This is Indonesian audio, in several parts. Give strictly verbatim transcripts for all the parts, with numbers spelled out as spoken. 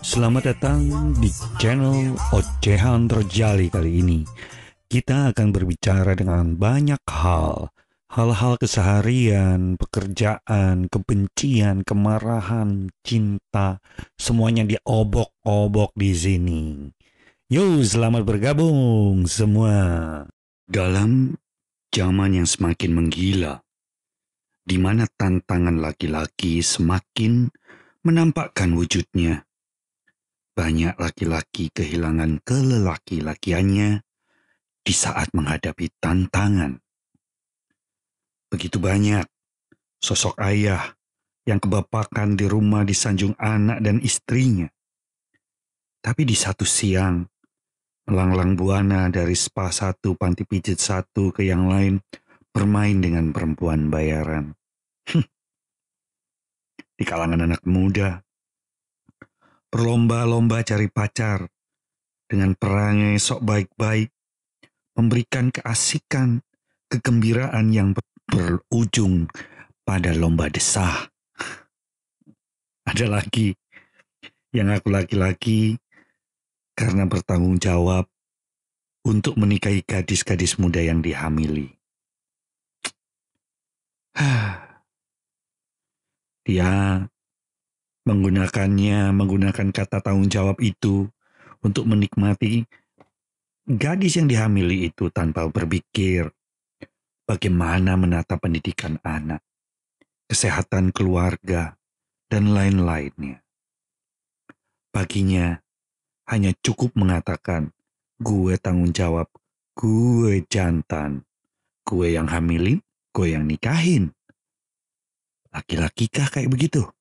Selamat datang di channel Ocehan Terjali. Kali ini kita akan berbicara dengan banyak hal. Hal-hal keseharian, pekerjaan, kebencian, kemarahan, cinta, semuanya diobok-obok di sini. Yo, selamat bergabung semua. Dalam zaman yang semakin menggila, di mana tantangan laki-laki semakin menampakkan wujudnya, banyak laki-laki kehilangan kelelaki-lakiannya di saat menghadapi tantangan. Begitu banyak sosok ayah yang kebapakan di rumah disanjung anak dan istrinya. Tapi di satu siang, melanglang buana dari spa satu, panti pijit satu ke yang lain, bermain dengan perempuan bayaran. Di kalangan anak muda, berlomba-lomba cari pacar dengan perangai sok baik-baik, memberikan keasikan, kegembiraan yang berujung pada lomba desah. Ada lagi yang aku laki-laki karena bertanggung jawab untuk menikahi gadis-gadis muda yang dihamili. Dia menggunakannya, menggunakan kata tanggung jawab itu untuk menikmati gadis yang dihamili itu tanpa berpikir bagaimana menata pendidikan anak, kesehatan keluarga, dan lain-lainnya. Baginya hanya cukup mengatakan, gue tanggung jawab, gue jantan, gue yang hamilin, gue yang nikahin. Laki-laki kah kayak begitu?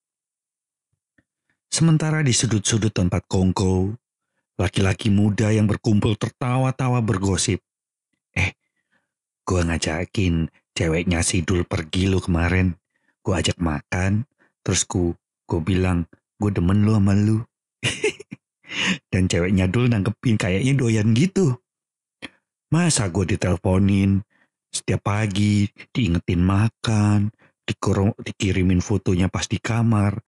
Sementara di sudut-sudut tempat kongko, laki-laki muda yang berkumpul tertawa-tawa bergosip. Eh, gue ngajakin ceweknya si Dul pergi lo kemarin. Gue ajak makan, terus gue, gue bilang, gue demen lo sama lu. Dan ceweknya Dul nanggepin kayaknya doyan gitu. Masa gue diteleponin setiap pagi, diingetin makan, dikurung, dikirimin fotonya pas di kamar.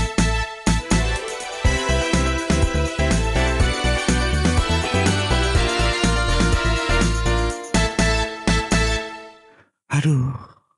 Aduh,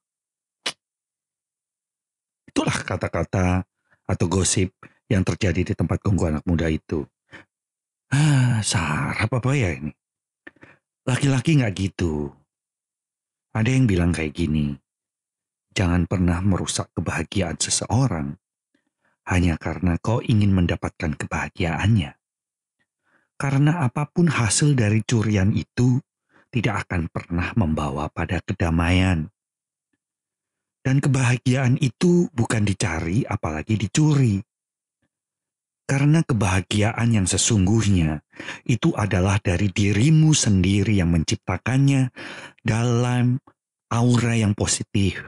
itulah kata-kata atau gosip yang terjadi di tempat kongko anak muda itu. Ah, sarap apa ya ini? Laki-laki gak gitu. Ada yang bilang kayak gini, jangan pernah merusak kebahagiaan seseorang hanya karena kau ingin mendapatkan kebahagiaannya. Karena apapun hasil dari curian itu tidak akan pernah membawa pada kedamaian. Dan kebahagiaan itu bukan dicari apalagi dicuri. Karena kebahagiaan yang sesungguhnya itu adalah dari dirimu sendiri yang menciptakannya dalam aura yang positif.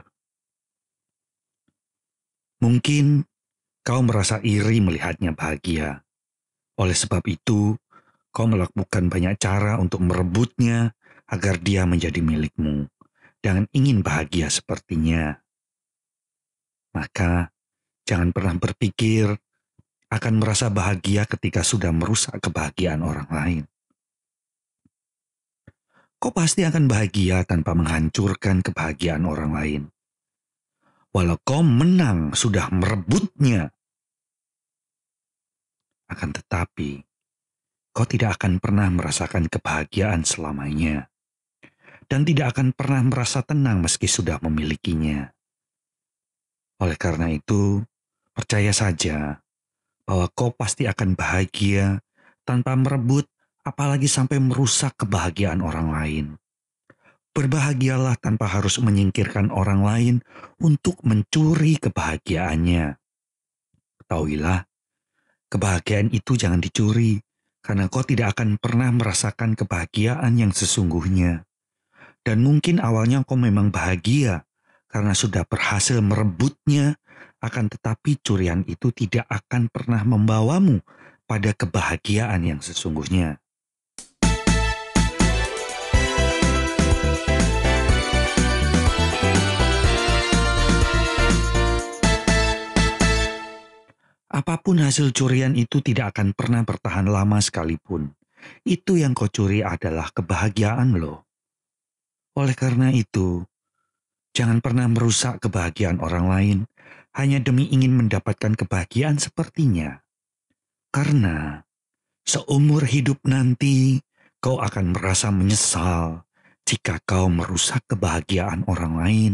Mungkin kau merasa iri melihatnya bahagia. Oleh sebab itu, kau melakukan banyak cara untuk merebutnya agar dia menjadi milikmu dan ingin bahagia sepertinya. Maka jangan pernah berpikir akan merasa bahagia ketika sudah merusak kebahagiaan orang lain. Kau pasti akan bahagia tanpa menghancurkan kebahagiaan orang lain. Walau kau menang sudah merebutnya. Akan tetapi, kau tidak akan pernah merasakan kebahagiaan selamanya. Dan tidak akan pernah merasa tenang meski sudah memilikinya. Oleh karena itu, percaya saja bahwa kau pasti akan bahagia tanpa merebut, apalagi sampai merusak kebahagiaan orang lain. Berbahagialah tanpa harus menyingkirkan orang lain untuk mencuri kebahagiaannya. Ketahuilah, kebahagiaan itu jangan dicuri, karena kau tidak akan pernah merasakan kebahagiaan yang sesungguhnya. Dan mungkin awalnya kau memang bahagia, karena sudah berhasil merebutnya, akan tetapi curian itu tidak akan pernah membawamu pada kebahagiaan yang sesungguhnya. Apapun hasil curian itu tidak akan pernah bertahan lama sekalipun. Itu yang kau curi adalah kebahagiaan lo. Oleh karena itu, jangan pernah merusak kebahagiaan orang lain hanya demi ingin mendapatkan kebahagiaan sepertinya. Karena seumur hidup nanti kau akan merasa menyesal jika kau merusak kebahagiaan orang lain.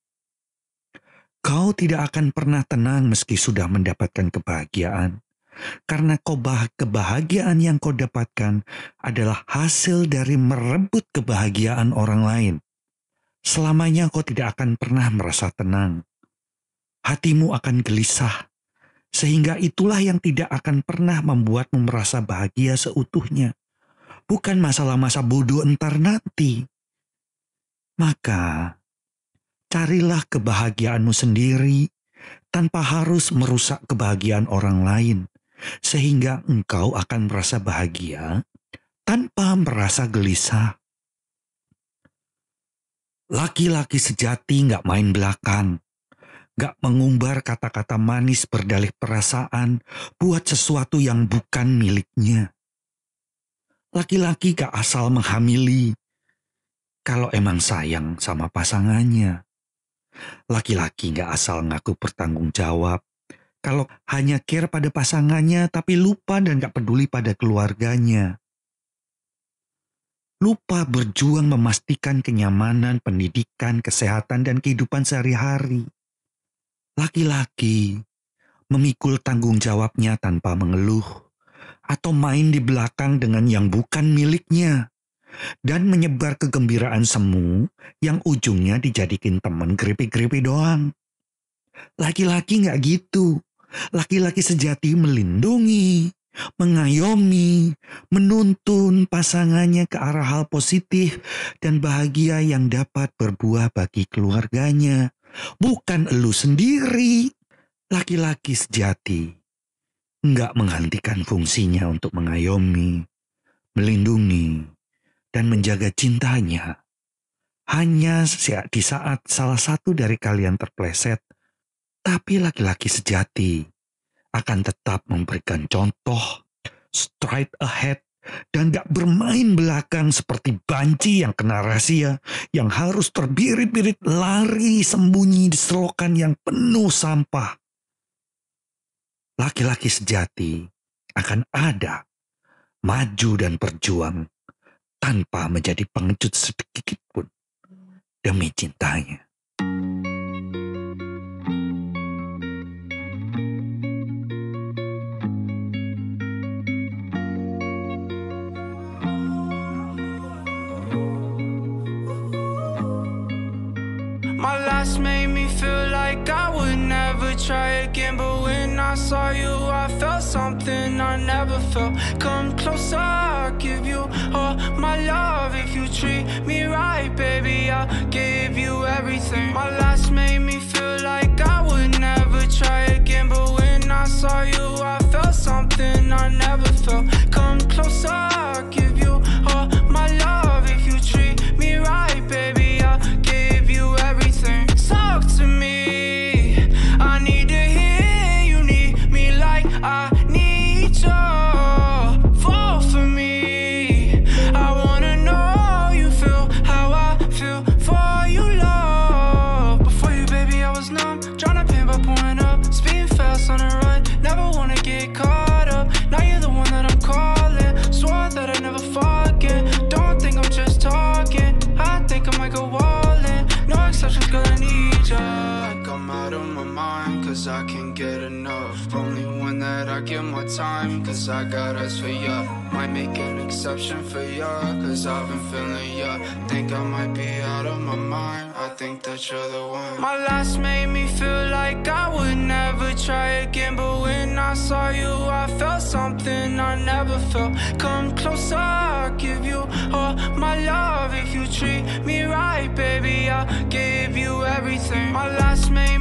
Kau tidak akan pernah tenang meski sudah mendapatkan kebahagiaan. Karena kau bah- kebahagiaan yang kau dapatkan adalah hasil dari merebut kebahagiaan orang lain. Selamanya kau tidak akan pernah merasa tenang. Hatimu akan gelisah. Sehingga itulah yang tidak akan pernah membuatmu merasa bahagia seutuhnya. Bukan masalah masa bodoh entar nanti. Maka, carilah kebahagiaanmu sendiri tanpa harus merusak kebahagiaan orang lain. Sehingga engkau akan merasa bahagia tanpa merasa gelisah. Laki-laki sejati gak main belakang. Gak mengumbar kata-kata manis berdalih perasaan buat sesuatu yang bukan miliknya. Laki-laki gak asal menghamili kalau emang sayang sama pasangannya. Laki-laki gak asal ngaku bertanggung jawab kalau hanya care pada pasangannya tapi lupa dan gak peduli pada keluarganya. Lupa berjuang memastikan kenyamanan, pendidikan, kesehatan, dan kehidupan sehari-hari. Laki-laki memikul tanggung jawabnya tanpa mengeluh atau main di belakang dengan yang bukan miliknya dan menyebar kegembiraan semu yang ujungnya dijadikan teman geripi-geripi doang. Laki-laki gak gitu. Laki-laki sejati melindungi, mengayomi, menuntun pasangannya ke arah hal positif dan bahagia yang dapat berbuah bagi keluarganya. Bukan elu sendiri. Laki-laki sejati enggak menghentikan fungsinya untuk mengayomi, melindungi, dan menjaga cintanya. Hanya di saat salah satu dari kalian terpleset, tapi laki-laki sejati akan tetap memberikan contoh, straight ahead, dan gak bermain belakang seperti banci yang kena razia, yang harus terbirit-birit lari sembunyi di selokan yang penuh sampah. Laki-laki sejati akan ada, maju dan berjuang, tanpa menjadi pengecut sedikit pun, demi cintanya. My last made me feel like I would never try again, but when I saw you, I felt something I never felt. Come closer, I'll give you all my love. If you treat me right, baby, I'll give you everything. My last made me feel like I would never try again, but when I saw you, I felt something I never felt. Come closer, I'll give you all my love. If you treat me right, baby, I'll give you everything. Talk to me, I need to hear you need me like I need you. Fall for me, I wanna know you feel how I feel for you, love. Before you, baby, I was numb, trying to pin by pouring up, speeding fast on the run, never wanna get caught up. Now you're the one that I'm calling, swore that I'd never forget. Don't think I'm just talking, I think I might go all in. No exceptions, girl, I need ya. Like I'm out of my mind, cause I can't get enough. Only one that I give my time, cause I got us for ya. Might make an exception for ya, cause I've been feeling ya. Think I might be out of my mind, I think that you're the one. My last made me feel like I would never try again, but when I saw you, I felt something I never felt. Come closer, I'll give you all my love. If you treat me right, baby, I'll give you everything. My last made